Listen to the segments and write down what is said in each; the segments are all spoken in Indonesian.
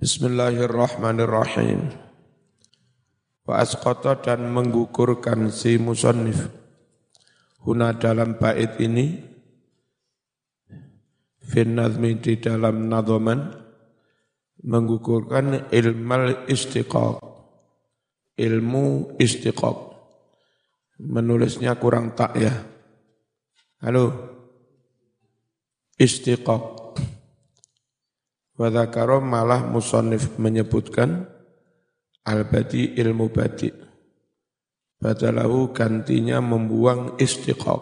Bismillahirrahmanirrahim. Wa asqata dan menggugurkan si musannif huna dalam bait ini fin nazmi di dalam nadhaman menggugurkan ilmu istiqaq. Menulisnya kurang tak ya. Halo. Istiqaq. Wa dzakara malah musannif menyebutkan al-badi ilmu badi. Badalahu gantinya membuang istiqaq.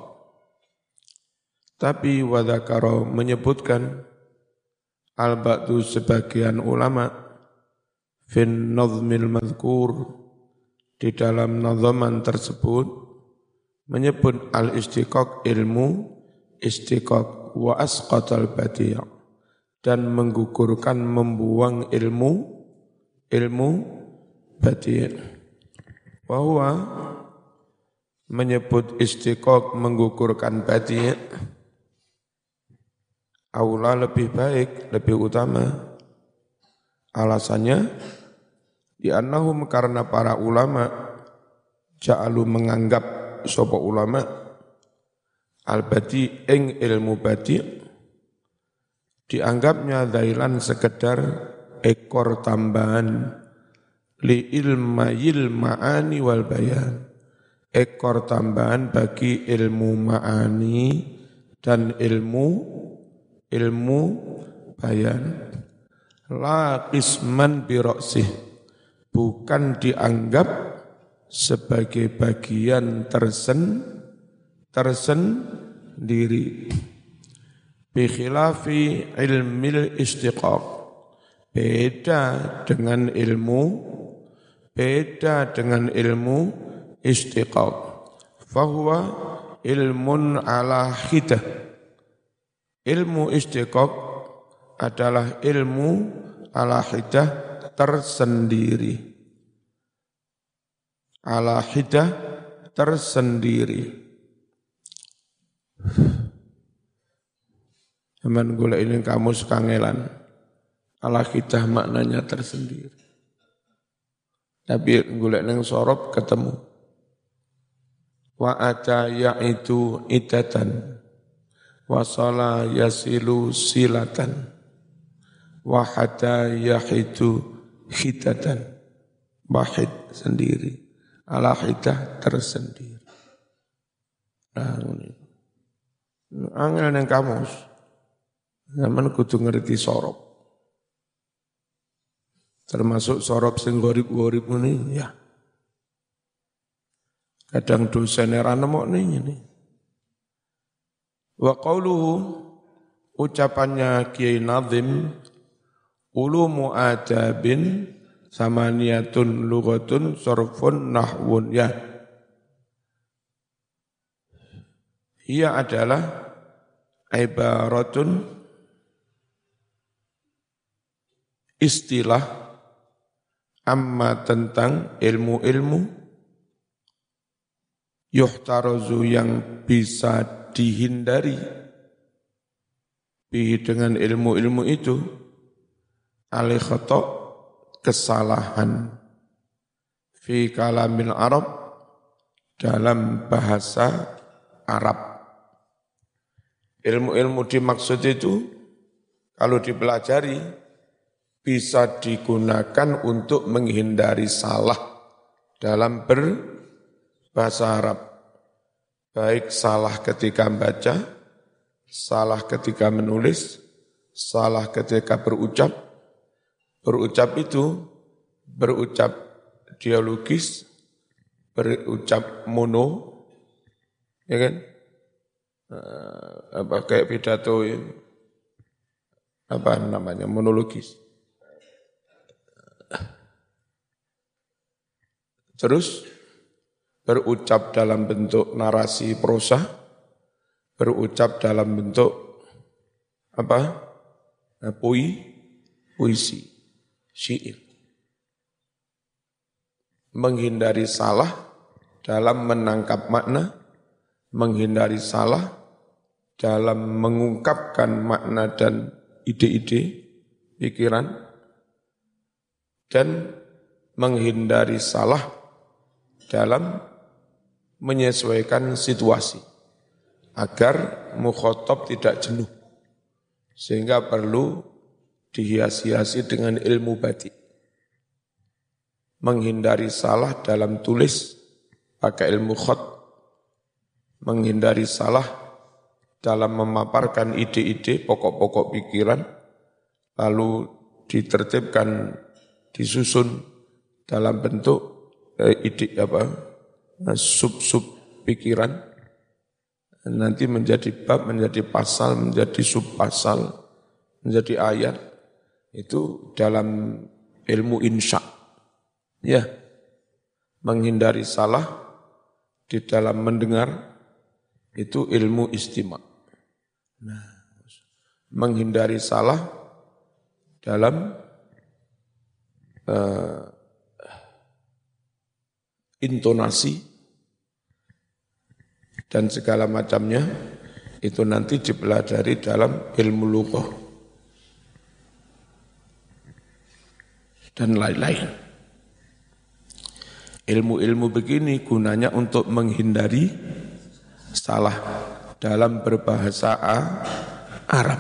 Tapi wa dzakara menyebutkan al-ba'du sebagian ulama fin nazmil madhkur di dalam nadhaman tersebut menyebut al-istiqaq ilmu istiqaq wa asqatal badi' dan menggugurkan membuang ilmu badi'. Bahwa menyebut istiqaq menggugurkan badi' aula lebih baik, lebih utama. Alasannya diannahum karena para ulama ja'alu menganggap sapa ulama al-badi' ing ilmu badi' dianggapnya dailan sekedar ekor tambahan li ilmayil ma'ani wal bayan, ekor tambahan bagi ilmu ma'ani dan ilmu bayan. La qisman bi ra'sih, bukan dianggap sebagai bagian tersendiri. Bi khilafi ilmil istiqaq, beda dengan ilmu istiqaq. Fahuwa ilmun ala khidah, ilmu istiqaq adalah ilmu ala khidah tersendiri. Ala khidah tersendiri. Zaman gula ini kamus kangelan, ala khidah maknanya tersendiri. Tapi gula neng sorop ketemu. Wa ata ya'idu idatan, wa sala yasilu silatan, wa hatta yahidu khidatan, wahid sendiri, ala khidah tersendiri. Nah, ini angel neng kamus. Zaman kudu ngerti sorop. Termasuk sorop sing gorib-gorib ini ya. Kadang dosen era nemok ini. Wa qauluhu, ucapannya Kiai Nazim, ulumu adabin samaniyatun lughatun sorfun nahwun ya. Ia adalah ibaratun istilah amma tentang ilmu-ilmu yuhtarazu yang bisa dihindari bihi dengan ilmu-ilmu itu alai khata' kesalahan fi kalamil Arab dalam bahasa Arab. Ilmu-ilmu dimaksud itu kalau dipelajari bisa digunakan untuk menghindari salah dalam berbahasa Arab. Baik salah ketika membaca, salah ketika menulis, salah ketika berucap. Berucap itu berucap dialogis, berucap mono, ya kan? Apa kayak pidato apa namanya monologis. Terus berucap dalam bentuk narasi prosa, berucap dalam bentuk apa? Puisi, syair. Menghindari salah dalam menangkap makna, menghindari salah dalam mengungkapkan makna dan ide-ide, pikiran, dan menghindari salah dalam menyesuaikan situasi agar mukhatab tidak jenuh, sehingga perlu dihias-hiasi dengan ilmu batik. Menghindari salah dalam tulis pakai ilmu khat, menghindari salah dalam memaparkan ide-ide, pokok-pokok pikiran, lalu ditertibkan, disusun dalam bentuk sub-sub pikiran, nanti menjadi bab, menjadi pasal, menjadi sub-pasal, menjadi ayat. Itu dalam ilmu insya. Ya, menghindari salah di dalam mendengar, itu ilmu istima'. Nah, menghindari salah dalam intonasi dan segala macamnya, itu nanti dipelajari dalam ilmu lughah dan lain-lain. Ilmu-ilmu begini gunanya untuk menghindari salah dalam berbahasa Arab.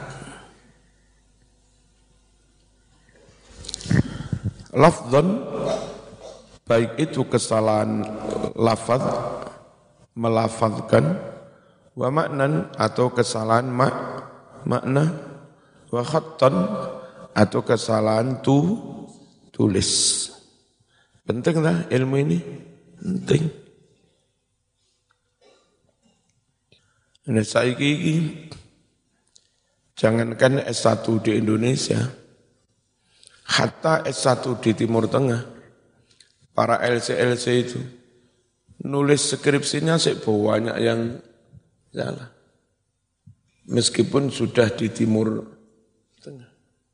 Lafzan, baik itu kesalahan lafaz, melafazkan, wa maknan atau kesalahan makna, wa khattan atau kesalahan tulis. Penting tak ilmu ini? Penting. Nah, saiki jangankan S1 di Indonesia, hatta S1 di Timur Tengah, para LC itu nulis skripsinya banyak yang salah. Meskipun sudah di Timur Tengah.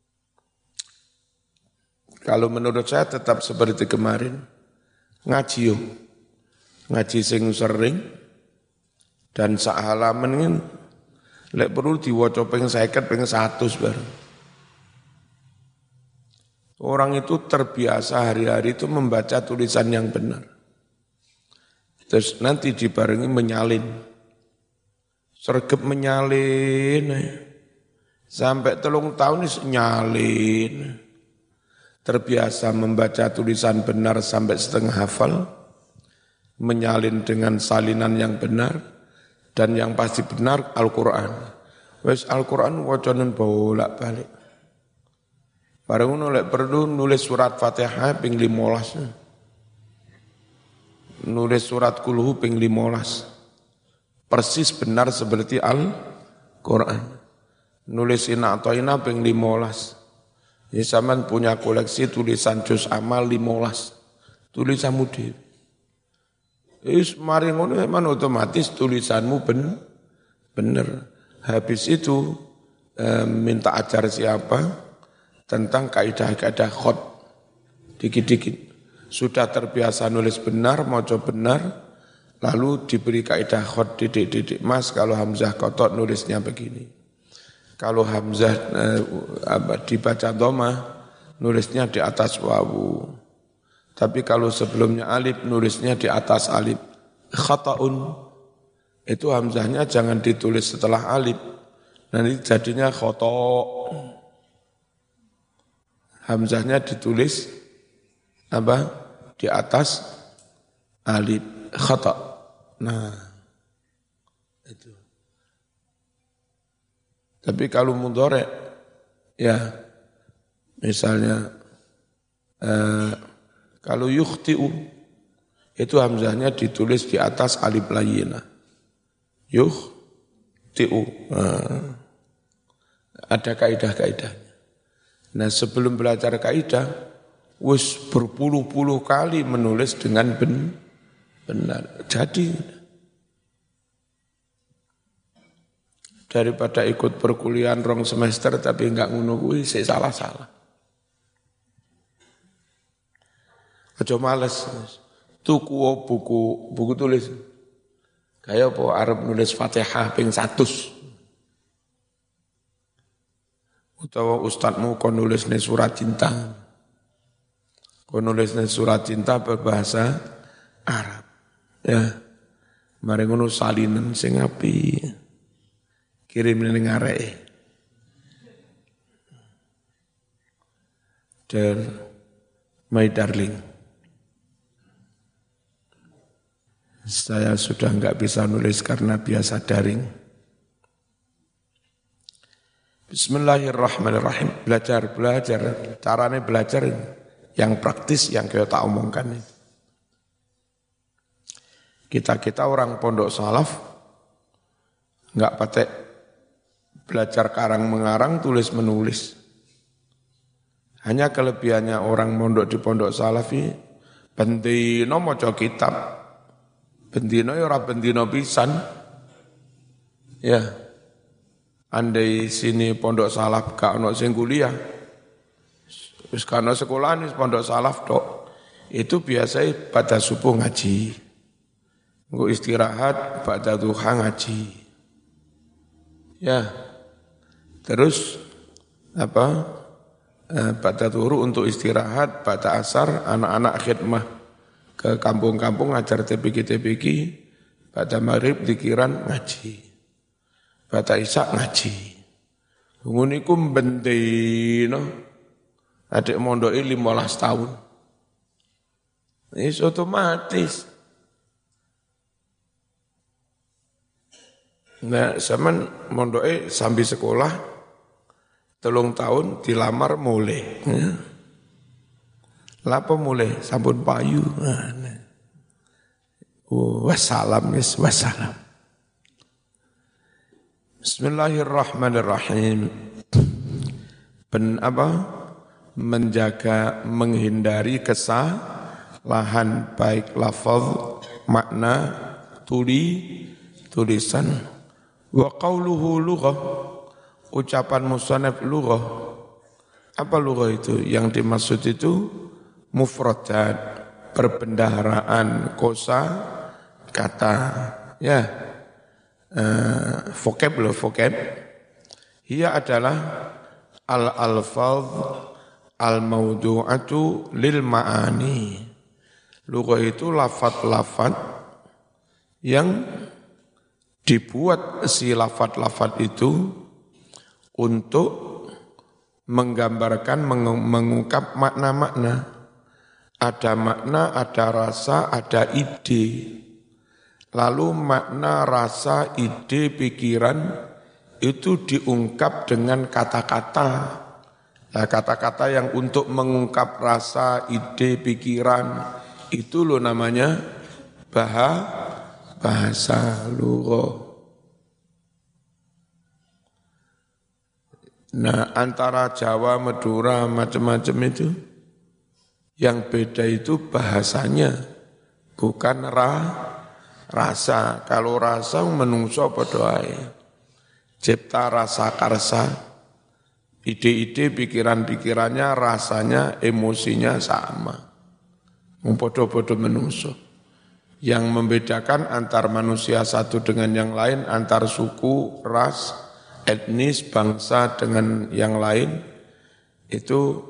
Kalau menurut saya tetap seperti kemarin, ngaji sing sering, dan sak halaman ini, lek perlu diwaca ping 50, ping 100 bareng. Orang itu terbiasa hari-hari itu membaca tulisan yang benar. Terus nanti dibarengi menyalin. Sregep menyalin. Sampai 3 tahun ini nyalin. Terbiasa membaca tulisan benar sampai setengah hafal. Menyalin dengan salinan yang benar. Dan yang pasti benar Al-Quran. Wes Al-Quran wacanan bolak-balik. Barang perlu nulis surat Fatihah ping 15. Nulis surat Kulhu ping 15. Persis benar seperti Al-Quran. Nulis Inna Atoina ping 15. Ya zaman punya koleksi tulisan juz amal 15. Tulisanmu dhewe. Wis mari ngono memang otomatis tulisanmu bener. Habis itu minta ajar siapa tentang kaidah-kaidah khat dikit-dikit. Sudah terbiasa nulis benar, maca benar, lalu diberi kaidah khat didik-didik. Mas, kalau hamzah kotok nulisnya begini. Kalau hamzah dibaca dhamma, nulisnya di atas wawu. Tapi kalau sebelumnya alif, nulisnya di atas alif. Khata'un, itu hamzahnya jangan ditulis setelah alif. Nanti jadinya khata'. Hamzahnya ditulis di atas alif, khata'. Nah, itu. Tapi kalau mudhari', ya misalnya kalau yukhti'u, itu hamzahnya ditulis di atas alif layyinah. Yukhti'u. Ada kaidah-kaidahnya. Nah, sebelum belajar kaidah, wis berpuluh-puluh kali menulis dengan benar. Jadi daripada ikut perkuliahan 2 semester tapi enggak ngono kuwi sik salah-salah. Aja males. Tuku buku tulis. Kayak apa arep nulis Fatihah ping 100. Utawa ustadmu kon nulis surat cinta. Kau nulisnya surat cinta berbahasa Arab. Ya. Mari ngono salinan sing apik. Kirim ning areke. Dear my darling. Saya sudah enggak bisa nulis karena biasa daring. Bismillahirrahmanirrahim. Belajar. Caranya belajar yang praktis yang kita tak omongkan ini. Kita orang pondok salaf enggak pakai belajar karang mengarang, tulis menulis. Hanya kelebihannya orang mondok di pondok salafi, bendino maca kitab, bendino ya ora bendino pisan. Ya, andai sini pondok salaf gak ono sing kuliah, wis kana sekolah nih pondok salaf tok, itu biasanya pada subuh ngaji, engko istirahat pada duha ngaji. Ya, terus apa? Pada turu untuk istirahat, pada asar anak-anak khidmah ke kampung-kampung ngajar TPQ, pada maghrib dikiran ngaji, pada isya ngaji. Nguniku bendino, adik mondoi 15 tahun. Ini otomatis. Nah, zaman mondoi sambil sekolah, 3 tahun dilamar mulai. Lapa mulai sampun payu. Wassalam. Bismillahirrahmanirrahim. Menjaga, menghindari kesalahan baik lafaz, makna, tulisan. Wa qauluhu lughah. Ucapan musannaf lughah. Apa lughah itu? Yang dimaksud itu mufradat, perbendaharaan, kosa, kata. Ya, vocab. Ia adalah al-alfaz al-mawdu'atu lil ma'ani. Lughah itu lafat-lafat yang dibuat si lafat-lafat itu untuk menggambarkan, mengungkap makna-makna. Ada makna, ada rasa, ada ide. Lalu makna, rasa, ide, pikiran itu diungkap dengan kata-kata. Nah, kata-kata yang untuk mengungkap rasa, ide, pikiran, itu loh namanya bahasa lughah. Nah, antara Jawa, Madura, macam-macam itu, yang beda itu bahasanya, bukan rasa. Kalau rasa menungso padha ae. Cipta rasa karsa, ide-ide, pikiran-pikirannya, rasanya, emosinya sama. Padha-padha menungso. Yang membedakan antar manusia satu dengan yang lain, antar suku, ras, etnis, bangsa dengan yang lain itu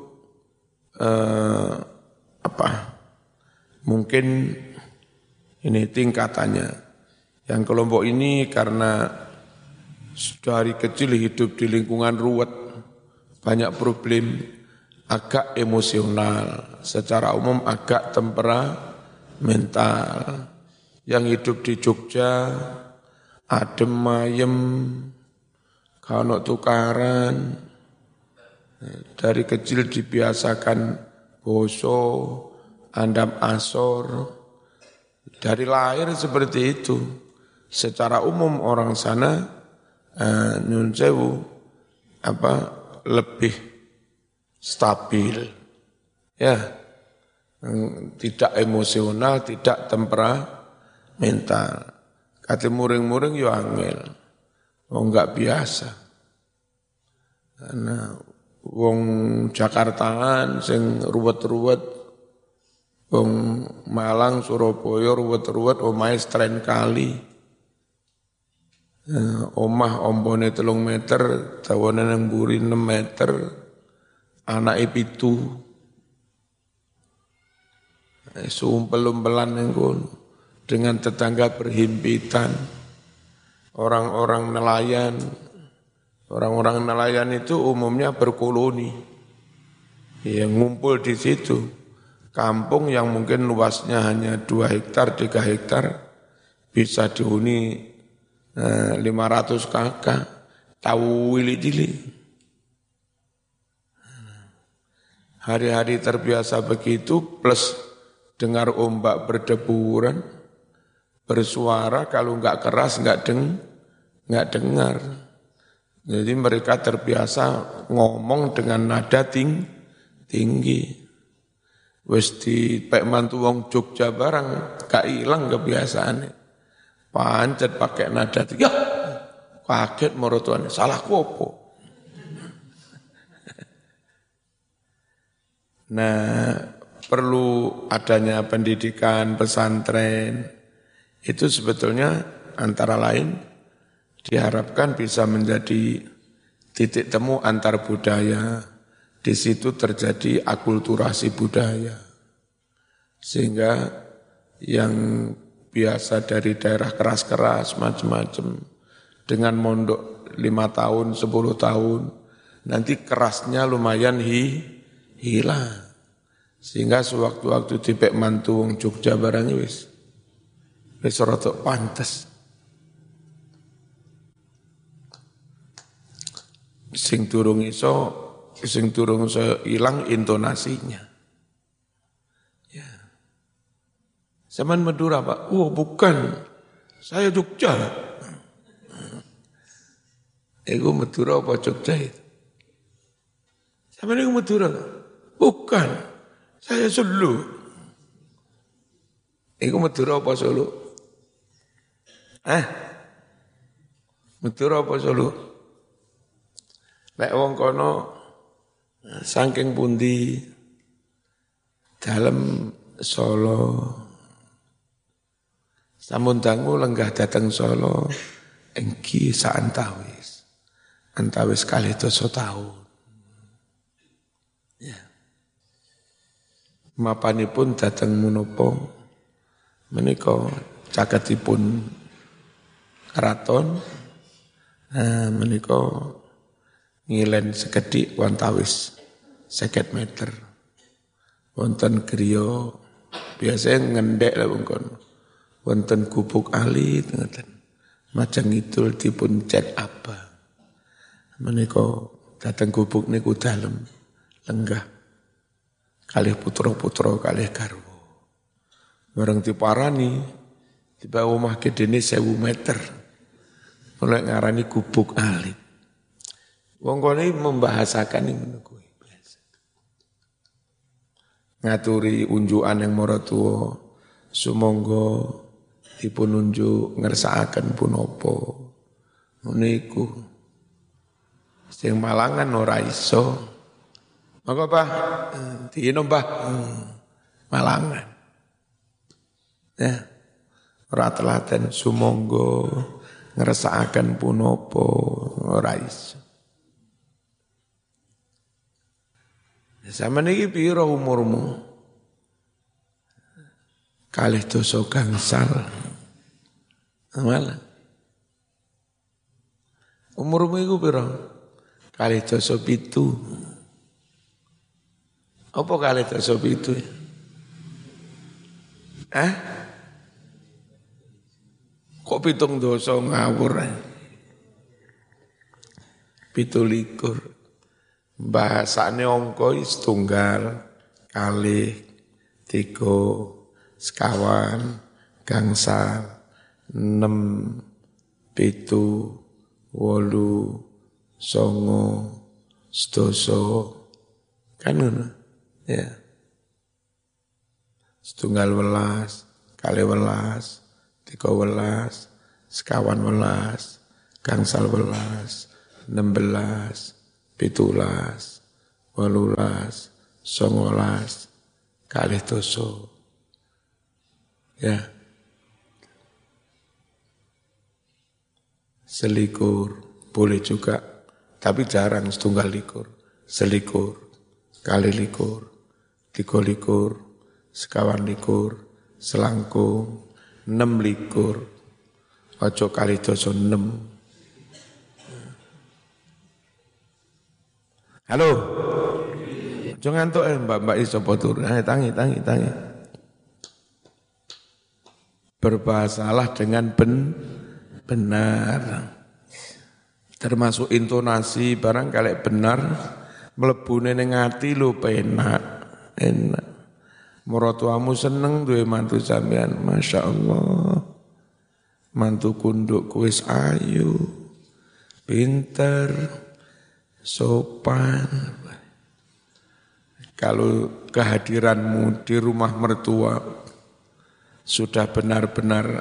mungkin ini tingkatannya. Yang kelompok ini karena dari kecil hidup di lingkungan ruwet, banyak problem, agak emosional, secara umum agak temperamental. Yang hidup di Jogja adem ayem, kalau tukaran, dari kecil dibiasakan boso, andam asor, dari lahir seperti itu. Secara umum orang sana nyun sewu lebih stabil, ya, tidak emosional, tidak temperamental. Kata muring-muring yo angel. Enggak biasa. Karena wong Jakartaan sing ruwet-ruwet, wong Malang, Surabaya ruwet-ruwet, omahe stren kali. Omah ombone 3 meter, dawane nang mburi 6 meter, anake 7. Suumpel-umpelan yang kono dengan tetangga berhimpitan. Orang-orang nelayan itu umumnya berkoloni. Ya, ngumpul di situ. Kampung yang mungkin luasnya hanya 2 hektar, 3 hektar, bisa dihuni 500 kakak, tahu wili-jili. Hari-hari terbiasa begitu, plus dengar ombak berdeburan, bersuara, kalau enggak keras enggak dengar. Jadi mereka terbiasa ngomong dengan nada tinggi. Wis dipek mantu wong Jogja barang, gak ilang kebiasaannya. Pancet pakai nada tinggi. Ya, kaget marotuane, salahku apa? Nah, perlu adanya pendidikan pesantren. Itu sebetulnya antara lain diharapkan bisa menjadi titik temu antar budaya. Di situ terjadi akulturasi budaya. Sehingga yang biasa dari daerah keras-keras macam-macam dengan mondok 5 tahun, 10 tahun, nanti kerasnya lumayan hilang. Sehingga sewaktu-waktu dipek mantu wong Jogja barangnya wis rotok pantes. Sing durung iso ilang intonasinya. Ya. Zaman Madura Pak, bukan, saya Jogja. Ego Madura apa Jogja itu? Zaman itu Madura, bukan, saya Solo. Ego Madura apa Solo? Madura apa Solo? Lek wong kono saking pundi dalem Solo. Sampun dangu lenggah dateng Solo engki saantawis. Antawis 200 tahun. Ya. Mapanipun dateng menapa menika caketipun keraton. Menika ngilen sekedhik wantawis 50 meter. Wonten griya biasanya ngendek lah wongkon. Wonten gubuk alit ngoten. Majang Idul dipun cet apa. Menika dateng gubuk niku dalem lenggah. Kalih putra-putra kalih garwa. Bareng diparani tiba omah gedene 1000 meter. Mulai ngarani gubuk alit. Wong kene membahasakan ngono kuwi biasa. Ngaturi unjukan yang maratuwa sumangga dipun unjuk ngersakaken punapa. Niku sing Malangan ora iso. Monggo Pak, diino Mbah. Malangan. Ya. Ora telaten sumangga ngersakaken punapa ora iso. Zaman ini piro umurmu? 200 gangsal. Malah. Umurmu itu piro? 207. Apa 207? Kok 7 ngawur? 17. Bahasane angka setunggal, kalih, 3, sekawan, gangsal, 6, 7, 8, 9, 10. Kan ngono? Ya. Setunggal welas, kalih welas, 13, sekawan welas, gangsal welas, 16, 17, 18, 19, kalih doso. Ya. Selikur, boleh juga, tapi jarang setunggal likur. Selikur, kali likur, 23, likur, selangkung, 6 likur. Ojo kali doso 6. Halo. Ojo ngantuk mbak-mbak iso potur. Tangi. Berbahasalah dengan benar. Termasuk intonasi barang kalau benar mlebune ning ati lho penak. Enak. Maratuamu seneng duwe mantu sampean, masyaallah. Mantu kunduk wis ayu, pinter, sopan. Kalau kehadiranmu di rumah mertua sudah benar-benar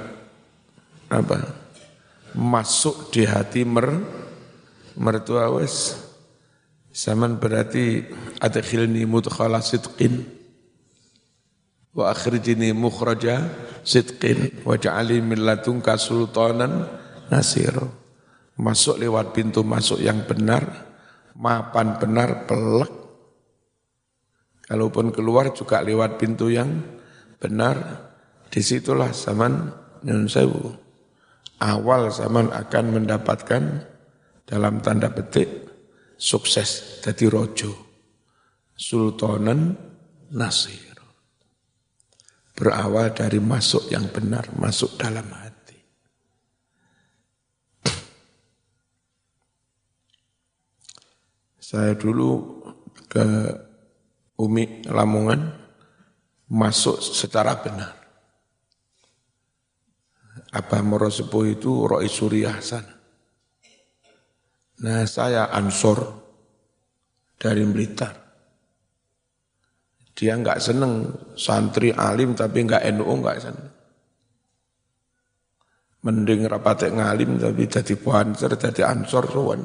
masuk di hati mertua wis zaman berarti adkhilni mudkhala sidqin wa akhrijni mukhraja sidqin waj'alni min ladunka sultanan nasira. Masuk lewat pintu masuk yang benar, mapan benar, pelek. Kalaupun keluar juga lewat pintu yang benar. Disitulah zaman Nyun Sewu. Awal zaman akan mendapatkan dalam tanda petik sukses jadi rojo. Sultanan Nasir. Berawal dari masuk yang benar, masuk dalam hati. Saya dulu ke Umi Lamongan masuk secara benar. Abah Moro Sepuh itu Roi Suriah sana. Nah saya Ansor dari Blitar. Dia enggak seneng santri alim tapi enggak NU enggak seneng. Mending rapatek ngalim tapi jadi puancer, jadi Ansor sowan.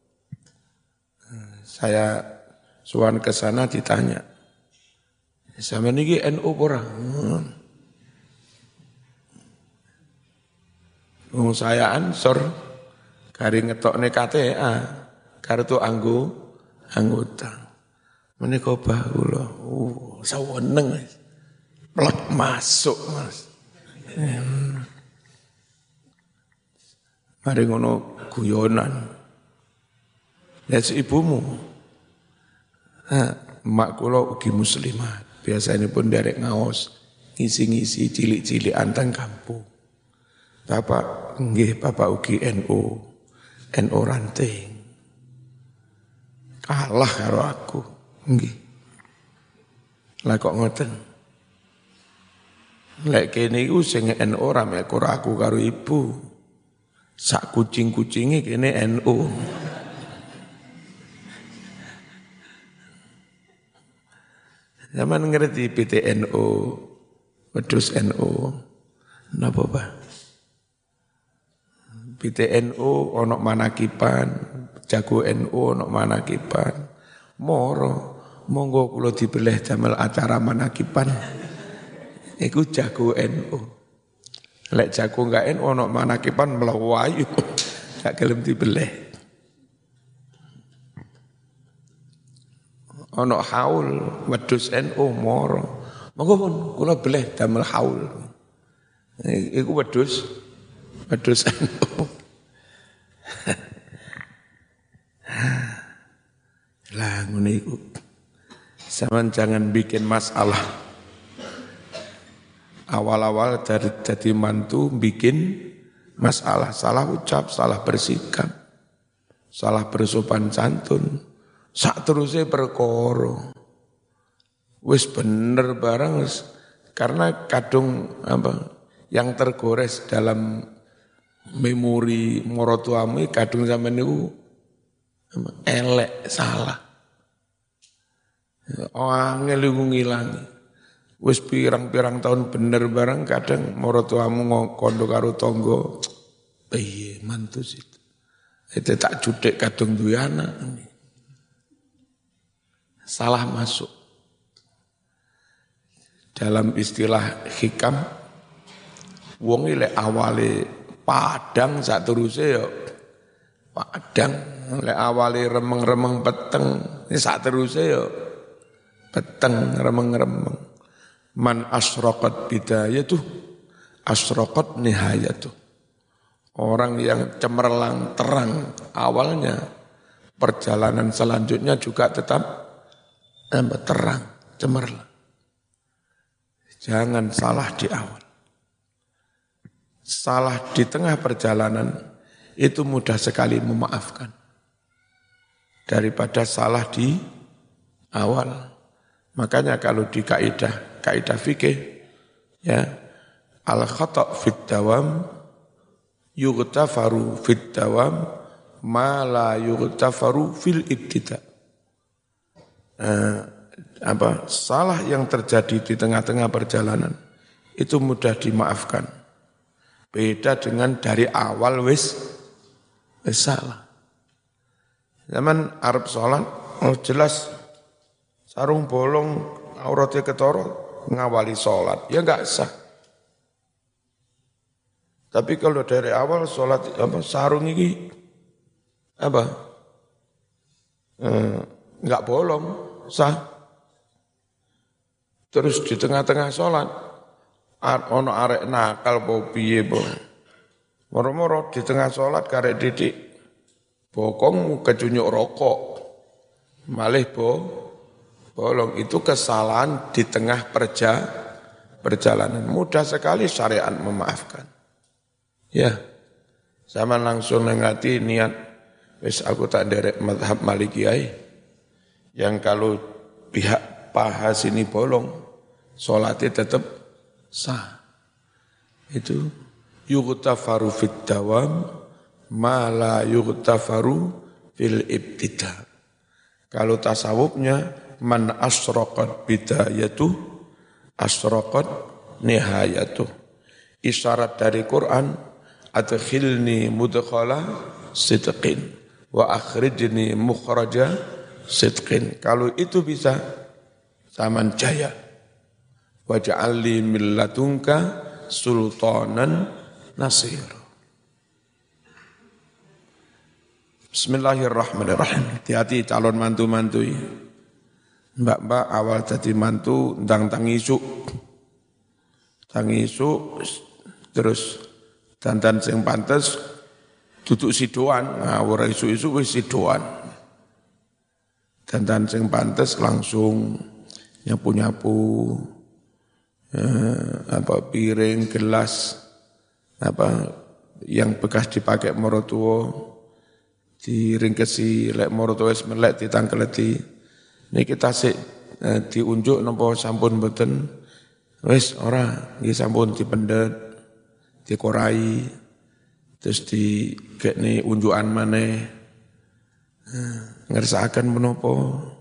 Saya sowan ke sana ditanya. Sama niki NU ora? Saya Ansor, kari ngetokne KTA, kartu anggota. Menika bahula, saweneng, plek masuk mas. Mari ngono guyonan. Lihat ibumu, mak kula ugi muslimat, biasanya pun derek ngaos, ngisi-ngisi cilik-cilik anteng kampung. Bapak, nggih Bapak ugi NU ranting. Kalah karo aku, nggih. Lah kok ngoten. Lek kene iku sing NU ra mek aku karo ibu. Sak kucing-kucinge kene NU. Zaman ngerti PTNU, wedhus NU. Napa, Pak? PTNU ono manakipan, jago NU ono manakipan. Moro, monggo kula dibeleh damel acara manakipan. Iku jago NU. Lek jago enggak NU ono manakipan melawayu. Gak gelem dibeleh. Ono haul wedhus NU moro. Monggo pun kula beleh damel haul. Iku wedhus NU. Lah ngene iku. Sampeyan jangan bikin masalah. Awal-awal jadi mantu bikin masalah, salah ucap, salah bersikap, salah bersopan santun, sak terusé perkara. Wis bener barang karena kadung yang tergores dalam memori maratuamu kadung sampeyan niku elek salah. Angel iku ngilangi. Wis pirang-pirang tahun bener barang kadang maratuamu ngokondo karo tangga. Piye mantu sih. Itu tak judek kadung duwe anak. Salah masuk. Dalam istilah hikam wong lek awale padang sak teruse ya padang, lek awale remeng-remeng peteng sak teruse ya peteng remeng-remeng. Man asyraqat bidayatuh, asyraqat nihayatuh. Orang yang cemerlang terang awalnya, perjalanan selanjutnya juga tetap terang, cemerlang. Jangan salah di awal. Salah di tengah perjalanan itu mudah sekali memaafkan daripada salah di awal. Makanya kalau di kaidah fikih ya, al khata' fit dawam yughtafaru fit dawam ma la yughtafaru fil ibtida. Salah yang terjadi di tengah-tengah perjalanan itu mudah dimaafkan. Beda dengan dari awal wis salah. Zaman Arab sholat, jelas sarung bolong auratnya ketara ngawali sholat, ya enggak sah. Tapi kalau dari awal sholat sarung ini enggak bolong, sah. Terus di tengah-tengah sholat ono arek nakal po piye po. Moro-moro di tengah sholat karek didik bokong kecunyuk rokok. Malih bolong, itu kesalahan di tengah perjalanan. Mudah sekali syariat memaafkan. Ya, sama langsung nengati niat wis aku tak derek mazhab Malikiyah yang kalau pihak paha sini bolong sholatnya tetap sah. Itu yughtafaru fit dawam ma la yughtafaru fil ibtida. Kalau tasawufnya man asyraqat bidayatuh asyraqat nihayatuh. Isyarat dari Quran adkhilni mudkhala sidqin wa akhrijni mukhraja sidqin. Kalau itu bisa zaman jaya. Waj'alli min ladunka sultanan nasir. Bismillahirrahmanirrahim. Hati-hati calon mantu-mantu. Mbak-mbak awal jadi mantu ndang isuk. Tang isuk terus dandan sing pantes duduk sidoan. Nah, ora isuk-isuk wis sidoan. Dandan sing pantes langsung nyapu-nyapu. Piring, gelas, yang bekas dipakai morotuo, diringkesi lek morotuo wis melek ditangkeleti. Ini kita sik diunjuk napa sampun mboten wis ora nggih sampun dipendet, dikorai, terus dikekne unjukan maneh. Ngersakaken menapa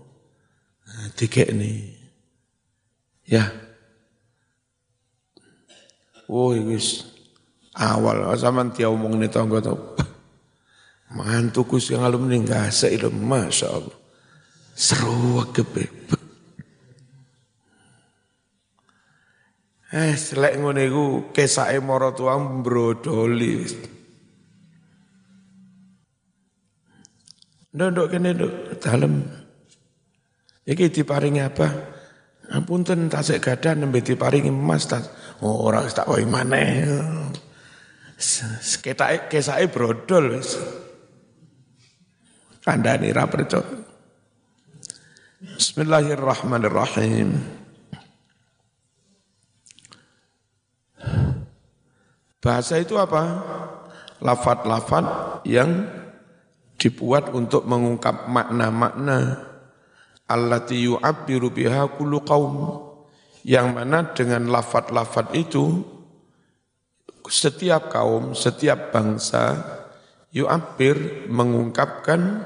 dikekne. Ya. Oh, wis awal sampean diomongne tangga to. Mantuku sing alumni gasek lho, masyaallah. Seru kepe. Selek ngene iku kesake maratuwa mbrodoli. Ndok kene ndok dalem. Iki diparingi apa? Apunten tasik gadah nembe diparingi emas tas. Ora tak wae maneh. Ketake kesake brodol wis. Kandhane ra percaya. Bismillahirrahmanirrahim. Bahasa itu apa? Lafat-lafat yang dibuat untuk mengungkap makna-makna allati yu'abbiru biha kullu qaum, yang mana dengan lafat-lafat itu setiap kaum, setiap bangsa yu'abbir mengungkapkan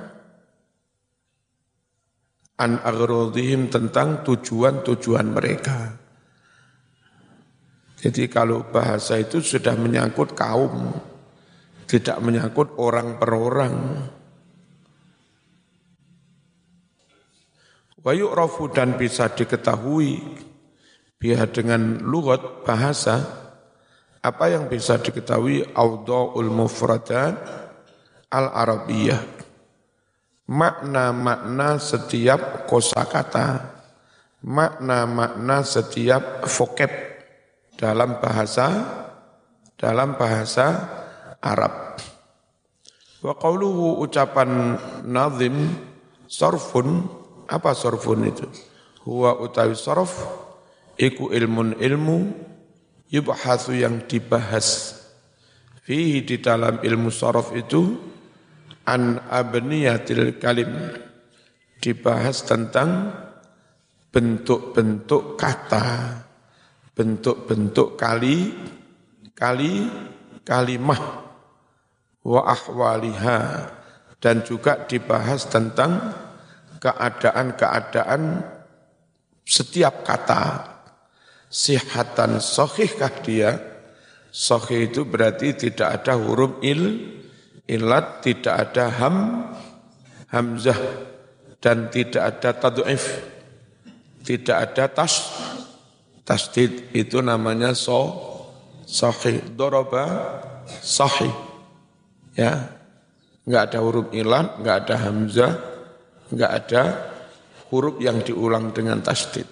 an agrodihim tentang tujuan-tujuan mereka. Jadi kalau bahasa itu sudah menyangkut kaum, tidak menyangkut orang per orang. Wa yu'rafu dan bisa diketahui biha dengan lughat bahasa, apa yang bisa diketahui awdha'ul mufradat al-arabiyyah. Makna-makna setiap kosakata, makna-makna setiap vocab dalam bahasa Arab. Wa qauluhu ucapan nazim sarfun, apa sarfun itu? Huwa utawi sarf iku ilmu yubhatsu yang dibahas fihi di dalam ilmu sarf itu an abniyatil kalim, dibahas tentang bentuk-bentuk kata, bentuk-bentuk kalimah wa ahwaliha, dan juga dibahas tentang keadaan-keadaan setiap kata. Sihatan sahihkah dia? Sahih itu berarti tidak ada huruf ilat, tidak ada hamzah, dan tidak ada tad'if, tidak ada tasdid, itu namanya sahih. Daraba sahih. Ya. Enggak ada huruf ilat, enggak ada hamzah, enggak ada huruf yang diulang dengan tasdid.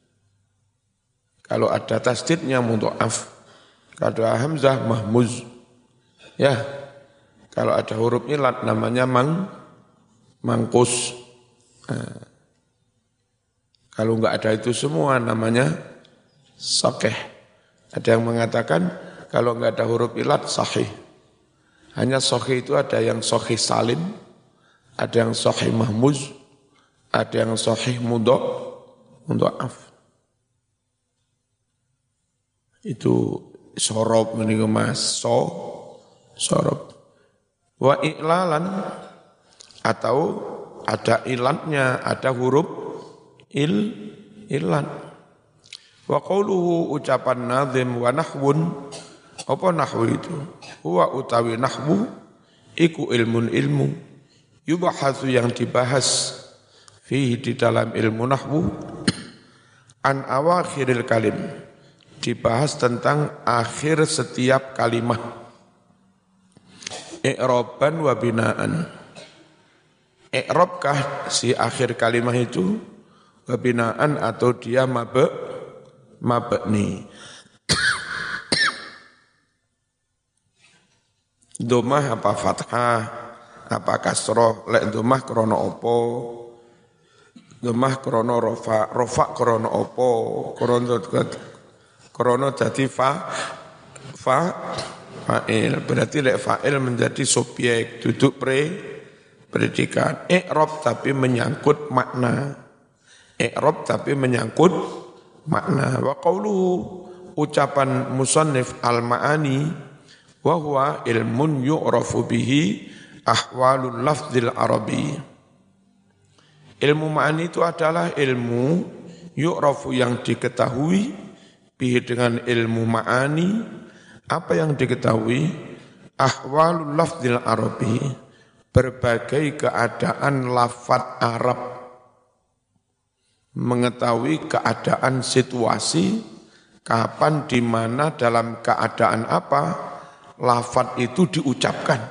Kalau ada tasdidnya mudha'af, kalau ada hamzah mahmuz. Ya. Kalau ada huruf ilat namanya mangkus. Nah, kalau enggak ada itu semua namanya sahih. Ada yang mengatakan kalau enggak ada huruf ilat sahih. Hanya sahih itu ada yang sahih salim, ada yang sahih mahmuz, ada yang sahih mudha'af. Itu sorob meniku Mas, sorob. Wa i'lalan, atau ada ilatnya, ada huruf ilat. Wa qauluhu ucapan nazim wa nahwun, apa nahwu itu? Huwa utawi nahwu iku ilmu yubahatsu yang dibahas fihi di dalam ilmu nahwu an awakhiril kalim, dibahas tentang akhir setiap kalimat. I'raban wa binaan. I'rabkah si akhir kalimat itu, wa binaan atau dia mabni. Domah apa fathah, apa kasroh, lek domah krono opo, domah krono rofa krono opo, krono jadi fa'il, berarti lek fa'il menjadi subjek, duduk predikat. I'rab tapi menyangkut makna. I'rab tapi menyangkut makna. Wa qauluhu ucapan musannif al-ma'ani wa huwa ilmun yu'rafu bihi ahwalul lafzil arabi. Ilmu ma'ani itu adalah ilmu yu'rafu yang diketahui bihi dengan ilmu ma'ani. Apa yang diketahui? Ahwalul lafzil arabi, berbagai keadaan lafaz Arab. Mengetahui keadaan situasi, kapan, di mana, dalam keadaan apa lafaz itu diucapkan.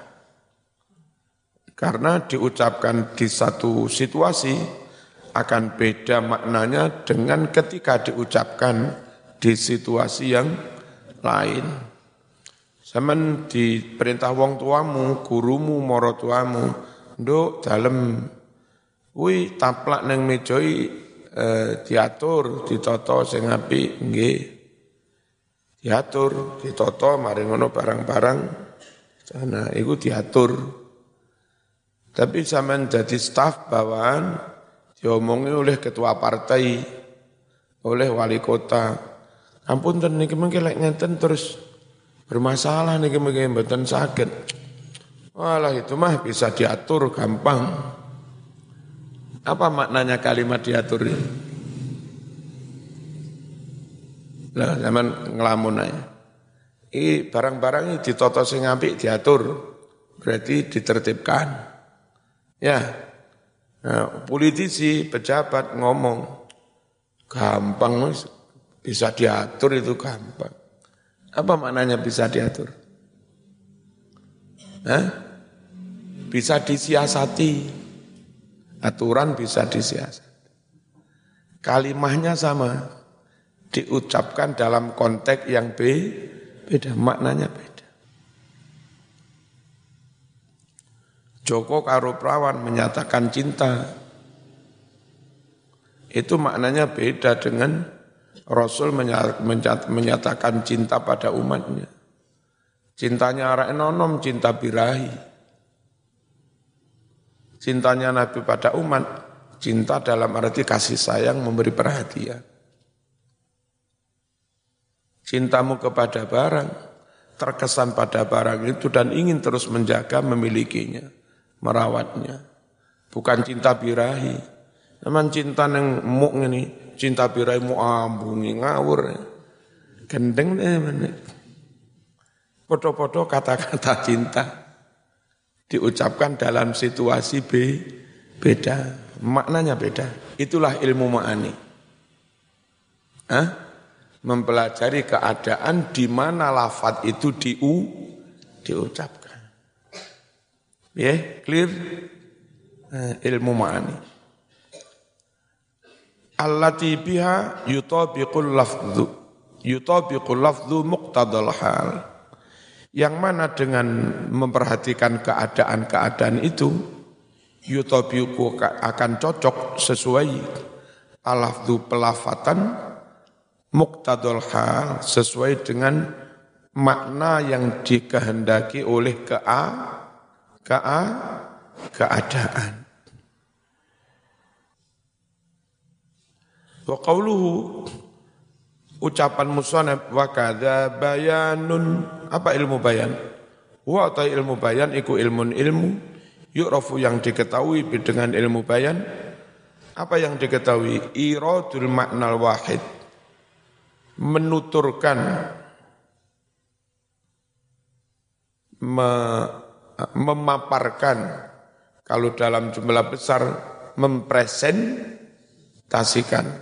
Karena diucapkan di satu situasi akan beda maknanya dengan ketika diucapkan di situasi yang lain. Zaman diperintah wong tuamu, gurumu, moro tuamu, nduk dalem kuwi taplak nang meja diatur, ditata sing apik, nggih. Diatur, ditata, mari ngono barang-barang sana iku diatur. Tapi zaman jadi staf bawahan diomongi oleh ketua partai, oleh wali kota. Ampun ten niki mengke lek ngenten terus bermasalah niki mengke mboten saged. Walah itu mah bisa diatur gampang. Apa maknanya kalimat diatur ini? Lah zaman ngelamun aja. Ini barang-barang ini ditata sing apik diatur, berarti ditertibkan. Ya. Nah, politisi, pejabat ngomong gampang, bisa diatur itu gampang. Apa maknanya bisa diatur? Hah? Bisa disiasati. Aturan bisa disiasati. Kalimahnya sama, diucapkan dalam konteks yang beda, maknanya beda. Joko karo Prawan menyatakan cinta, itu maknanya beda dengan Rasul menyatakan cinta pada umatnya. Cintanya arek enom, cinta birahi. Cintanya Nabi pada umat, cinta dalam arti kasih sayang, memberi perhatian. Cintamu kepada barang, terkesan pada barang itu dan ingin terus menjaga, memilikinya, merawatnya. Bukan cinta birahi. Namun cinta yang muk ini, cinta birahi mu ambungi ngawur. Gendeng deh. Podo-podo kata-kata cinta diucapkan dalam situasi beda, maknanya beda. Itulah ilmu ma'ani. Mempelajari keadaan di mana lafadz itu diucapkan. Ya, clear? Ilmu ma'ani. Allati biha yutabiqul lafdhu muqtadal hal. Yang mana dengan memperhatikan keadaan-keadaan itu, yutabiqu akan cocok sesuai al-lafdhu pelafatan, muqtadal hal sesuai dengan makna yang dikehendaki oleh keadaan. Wa qauluhu, ucapan musannaf, wa kadza bayanun, apa ilmu bayan? Wa ta ilmu bayan iku ilmu yu'rafu yang diketahui dengan ilmu bayan. Apa yang diketahui? Iradul maknal wahid, menuturkan, memaparkan, kalau dalam jumlah besar mempresentasikan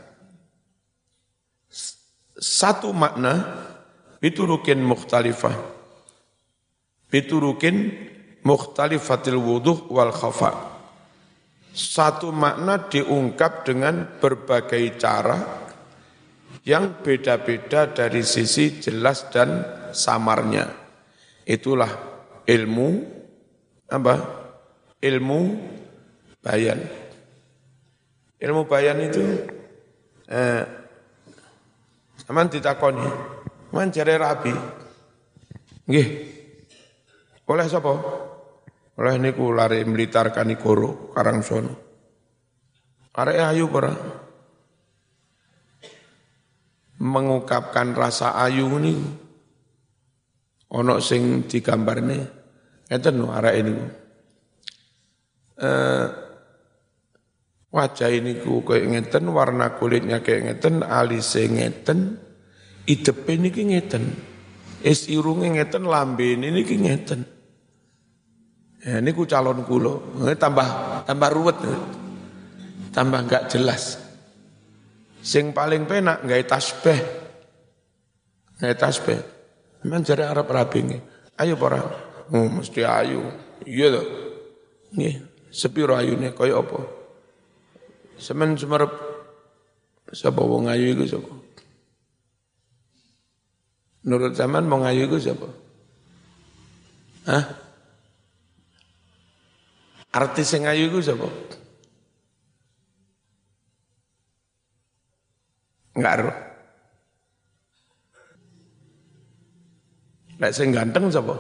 satu makna biturukin mukhtalifah, biturukin mukhtalifatil wuduh wal khafa. Satu makna diungkap dengan berbagai cara yang beda-beda dari sisi jelas dan samarnya. Itulah ilmu apa? Ilmu bayan. Ilmu bayan itu aman ditakoni, man jare rabi. Nggih. Oleh sapa? Oleh niku lare Blitar Kanigoro Karangsono. Arek ayu ora? Mengungkapkan rasa ayu niku. Ono sing digambarne ngeten lho arek niku. Wajah ini ku kayak ngeten, warna kulitnya kayak ngeten, alise ngeten, idepe niki ngeten, irunge ngeten, lambe niki ngeten. Ya niku calon kula, tambah ruwet, tambah enggak jelas. Sing paling penak nggawe tasbih, men jare arep rabinge, ayo para, mesti ayu, iya to, nggih, sepiro ayune kaya apa? Semen sumerep sapa wong ayu iku sapa? Menurut zaman wong ayu iku sapa? Hah? Artis sing ayu iku sapa? Enggak ero. Lek sing ganteng sapa?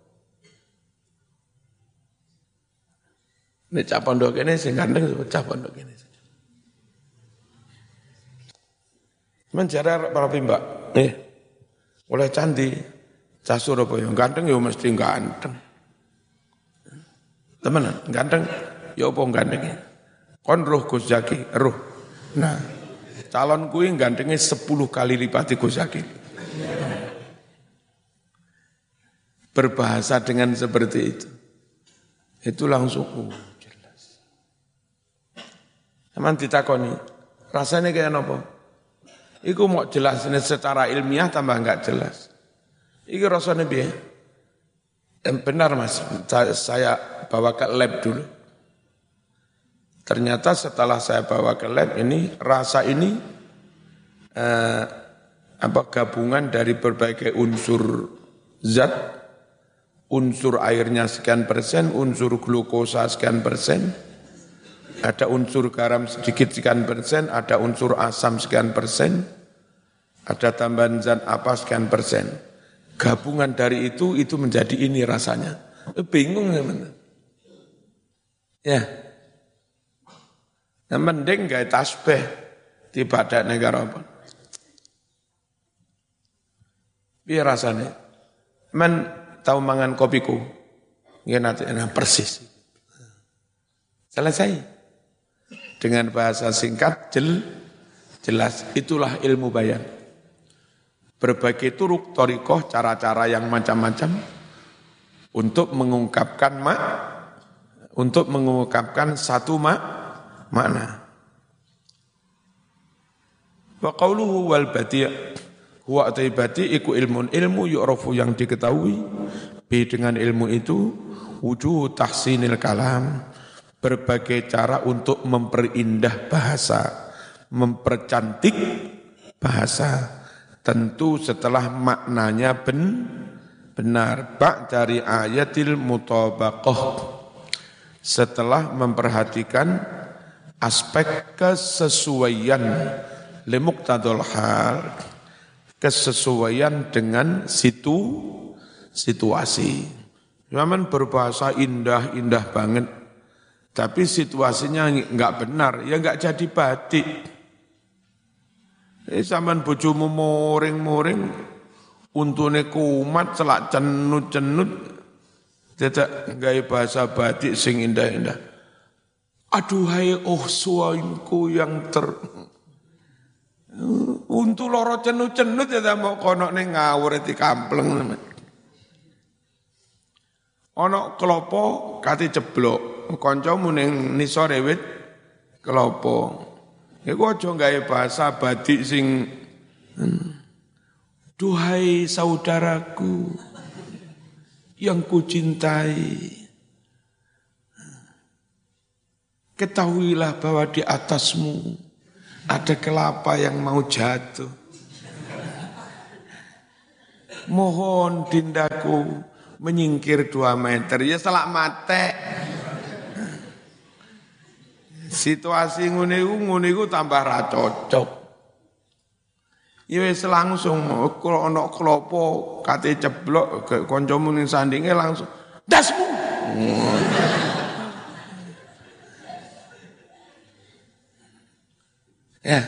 Nek cah pondok kene sing ganteng sapa? Cah pondok kene. Menjara para pimbak, oleh candi, cah Surabaya, ganteng ya mesti ganteng. Temenan, ganteng, ya apa gantengnya? Kon roh Gus Zaki, roh. Nah, calon kuwi gantengnya 10 kali lipat Gus Zaki. Berbahasa dengan seperti itu langsung jelas. Emang ditakoni, rasanya kayak apa? Iku mau jelasnya secara ilmiah tambah enggak jelas. Iku rasanya piye? Benar Mas, saya bawa ke lab dulu. Ternyata setelah saya bawa ke lab ini, rasa ini gabungan dari berbagai unsur zat, unsur airnya sekian persen, unsur glukosa sekian persen, ada unsur garam sedikit sekian persen, ada unsur asam sekian persen, ada tambahan zat apa sekian persen. Gabungan dari itu menjadi ini rasanya. Bingung teman. Ya. Yang mending gak tasbih di badan negara apa. Biar rasanya. Men tahu mangan kopiku. Nggak nanti persis. Selesai. Dengan bahasa singkat, jelas. Itulah ilmu bayan. Berbagai turuk, torikoh, cara-cara yang macam-macam untuk mengungkapkan satu makna. Wa qauluhu wal bati' huwa ataibati iku ilmu yu'rafu yang diketahui bi dengan ilmu itu wujuh tahsinil kalam, berbagai cara untuk memperindah bahasa, mempercantik bahasa, tentu setelah maknanya benar. Dari ayatil mutabaqah, setelah memperhatikan aspek kesesuaian limuqtadul hal, kesesuaian dengan situasi. Memang berbahasa indah banget, tapi situasinya enggak benar, ya enggak jadi batik. Sampean bojomu moring-moring, untune kumat, celak cenut-cenut, tidak gawe bahasa batik sing indah-indah. Aduhai suainku yang untu loro cenut-cenut ya mau kono ning ngawur di kampleng. Ana klopo kate ceblok, kancamu ning nisor wit klopo. Iku aja gawe bahasa badik sing duhai saudaraku yang kucintai, ketahuilah bahwa di atasmu ada kelapa yang mau jatuh. Mohon dindaku menyingkir 2 meter, ya selak mate. Situasi ngene iku tambah ra cocok. Ya wis langsung kalau ana klopo kate ceblok kancamu ning sandinge langsung dasmu. Ya.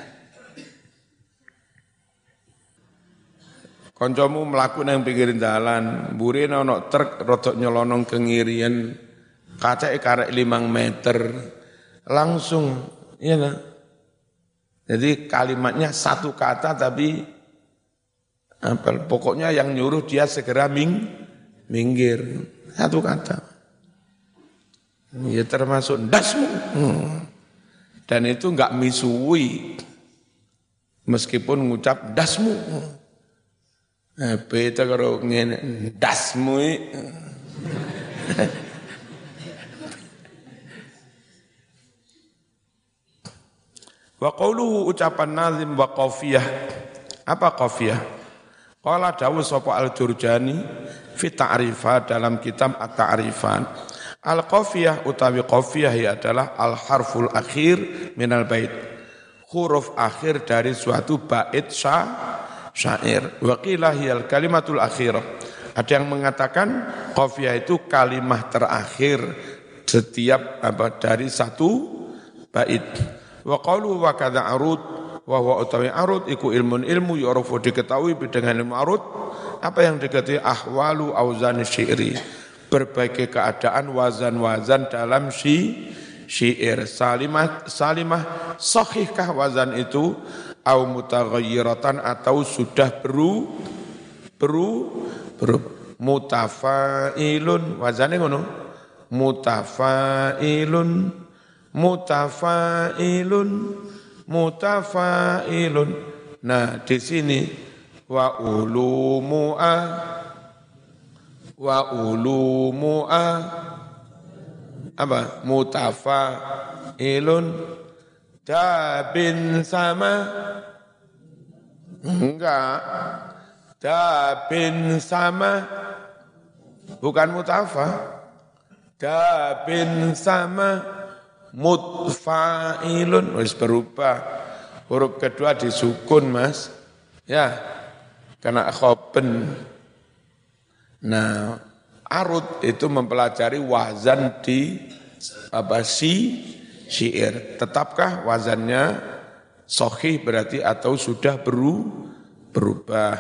Kancamu mlaku nang pinggir dalan, mburi ana truk rodok nyelonong kengirian, kacake karek 5 meter. Langsung, ya nah. Jadi kalimatnya satu kata tapi pokoknya yang nyuruh dia segera minggir. Satu kata. Ya termasuk dasmu. Dan itu enggak misui. Meskipun ngucap dasmu. Beta kalau ngene dasmu. Wa qauluhu ucapan nazim wa qafiyah. Apa qafiyah? Qala dawu sapa Al-Jurjani fi ta'rifat dalam kitab At-Ta'rifat. Al-qafiyah utawi qafiyah adalah al-harful akhir minal bait. Huruf akhir dari suatu bait syair. Wa qila hiyal kalimatul akhirah. Ada yang mengatakan qafiyah itu kalimah terakhir setiap dari satu bait. Wa qalu wa kadza arud wa huwa utawi arud iku ilmu yu'rafu diketahui dengan ilmu arud apa yang diketahui ahwalu auzan syairi, berbagai keadaan wazan-wazan dalam syair. Salimah sahihkah wazan itu au mutaghayyiratan atau sudah mutafailun, wazane ngono, mutafailun. Nah di sini wa ulumu'a apa ilun dabin sama enggak dabin sama bukan mutafa dabin sama mutfa'ilun wis berubah huruf kedua disukun Mas ya karena khoben. Nah arut itu mempelajari wazan di syair. Tetapkah wazannya sahih berarti atau sudah berubah?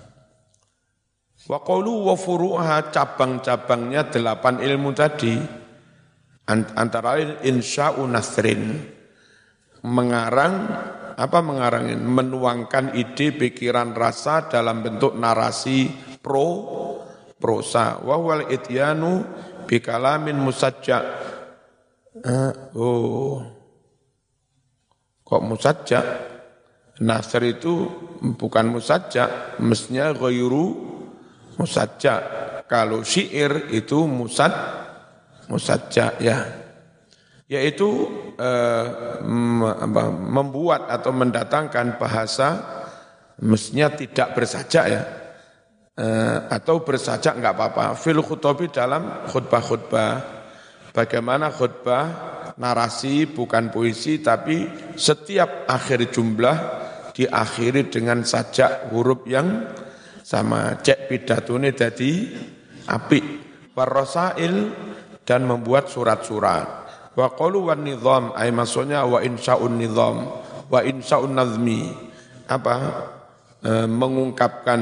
Wa qawlu wa furu'ha cabang-cabangnya 8 ilmu tadi antara lain insya'u nasrin menuangkan ide, pikiran, rasa dalam bentuk narasi prosa. Wa wal ityanu bi kalamin musajja. Kok musajja? Nasr itu bukan musajja, mestinya ghairu musajja. Kalau syair itu musajja ya. Yaitu membuat atau mendatangkan bahasa mestinya tidak bersajak ya. Atau bersajak enggak apa-apa. Fil khutubi dalam khutbah-khutbah. Bagaimana khutbah narasi bukan puisi tapi setiap akhir jumlah diakhiri dengan sajak huruf yang sama. Cek pidatune dadi apik. Warasail dan membuat surat-surat. Wa qalu wan nizam ay maksudnya wa insya'un nizam wa insya'un nazmi mengungkapkan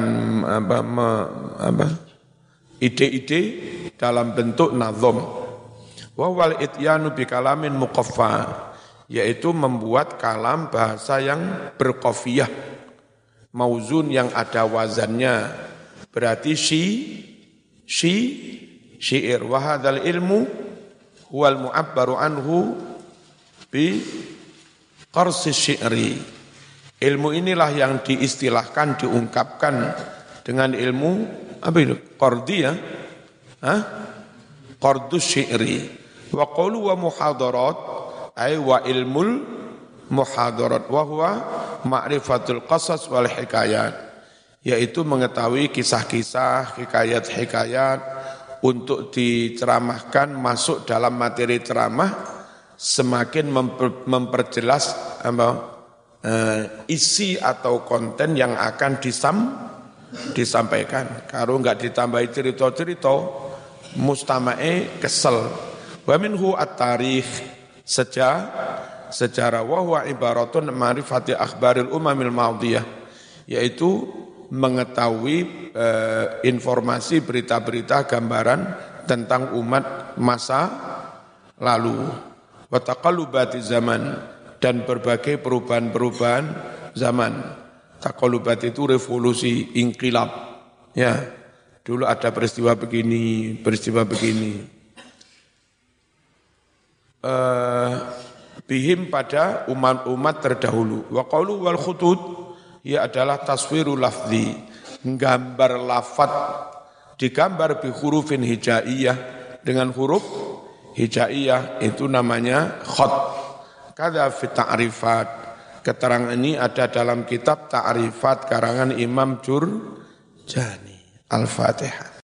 ide-ide dalam bentuk nazam. Wa wal ityanu bi kalamin muqaffa yaitu membuat kalam bahasa yang berqafiyah mauzun yang ada wazannya berarti syair wa hadzal ilmu huwal mu'abbaru anhu bi qarsi syi'ri. Ilmu inilah yang diistilahkan, diungkapkan dengan ilmu apa itu? Qardi ya? Qardus syi'ri. Wa qawlu wa muhadarat ay wa ilmul muhadarat wa huwa ma'rifatul qasas wal hikayat yaitu mengetahui kisah-kisah, hikayat-hikayat untuk diceramahkan masuk dalam materi ceramah semakin memperjelas isi atau konten yang akan disampaikan. Kalau enggak ditambahi cerita-cerita mustamae kesel. Wa minhu at-tarikh sejarah wa huwa ibaratun ma'rifati akhbaril umamil madhiyah yaitu mengetahui informasi berita-berita gambaran tentang umat masa lalu wa taqallubati zaman dan berbagai perubahan-perubahan zaman. Taqallubat itu revolusi, inqilab ya. Dulu ada peristiwa begini bihim pada umat terdahulu. Wa qaulu wal khutut ia adalah taswirul lafzi, gambar lafad, digambar bi hurufin hijaiyah dengan huruf hijaiyah itu namanya khat. Kada fi ta'rifat. Keterangan ini ada dalam kitab Ta'rifat karangan Imam Jurjani. Al-Fatihah.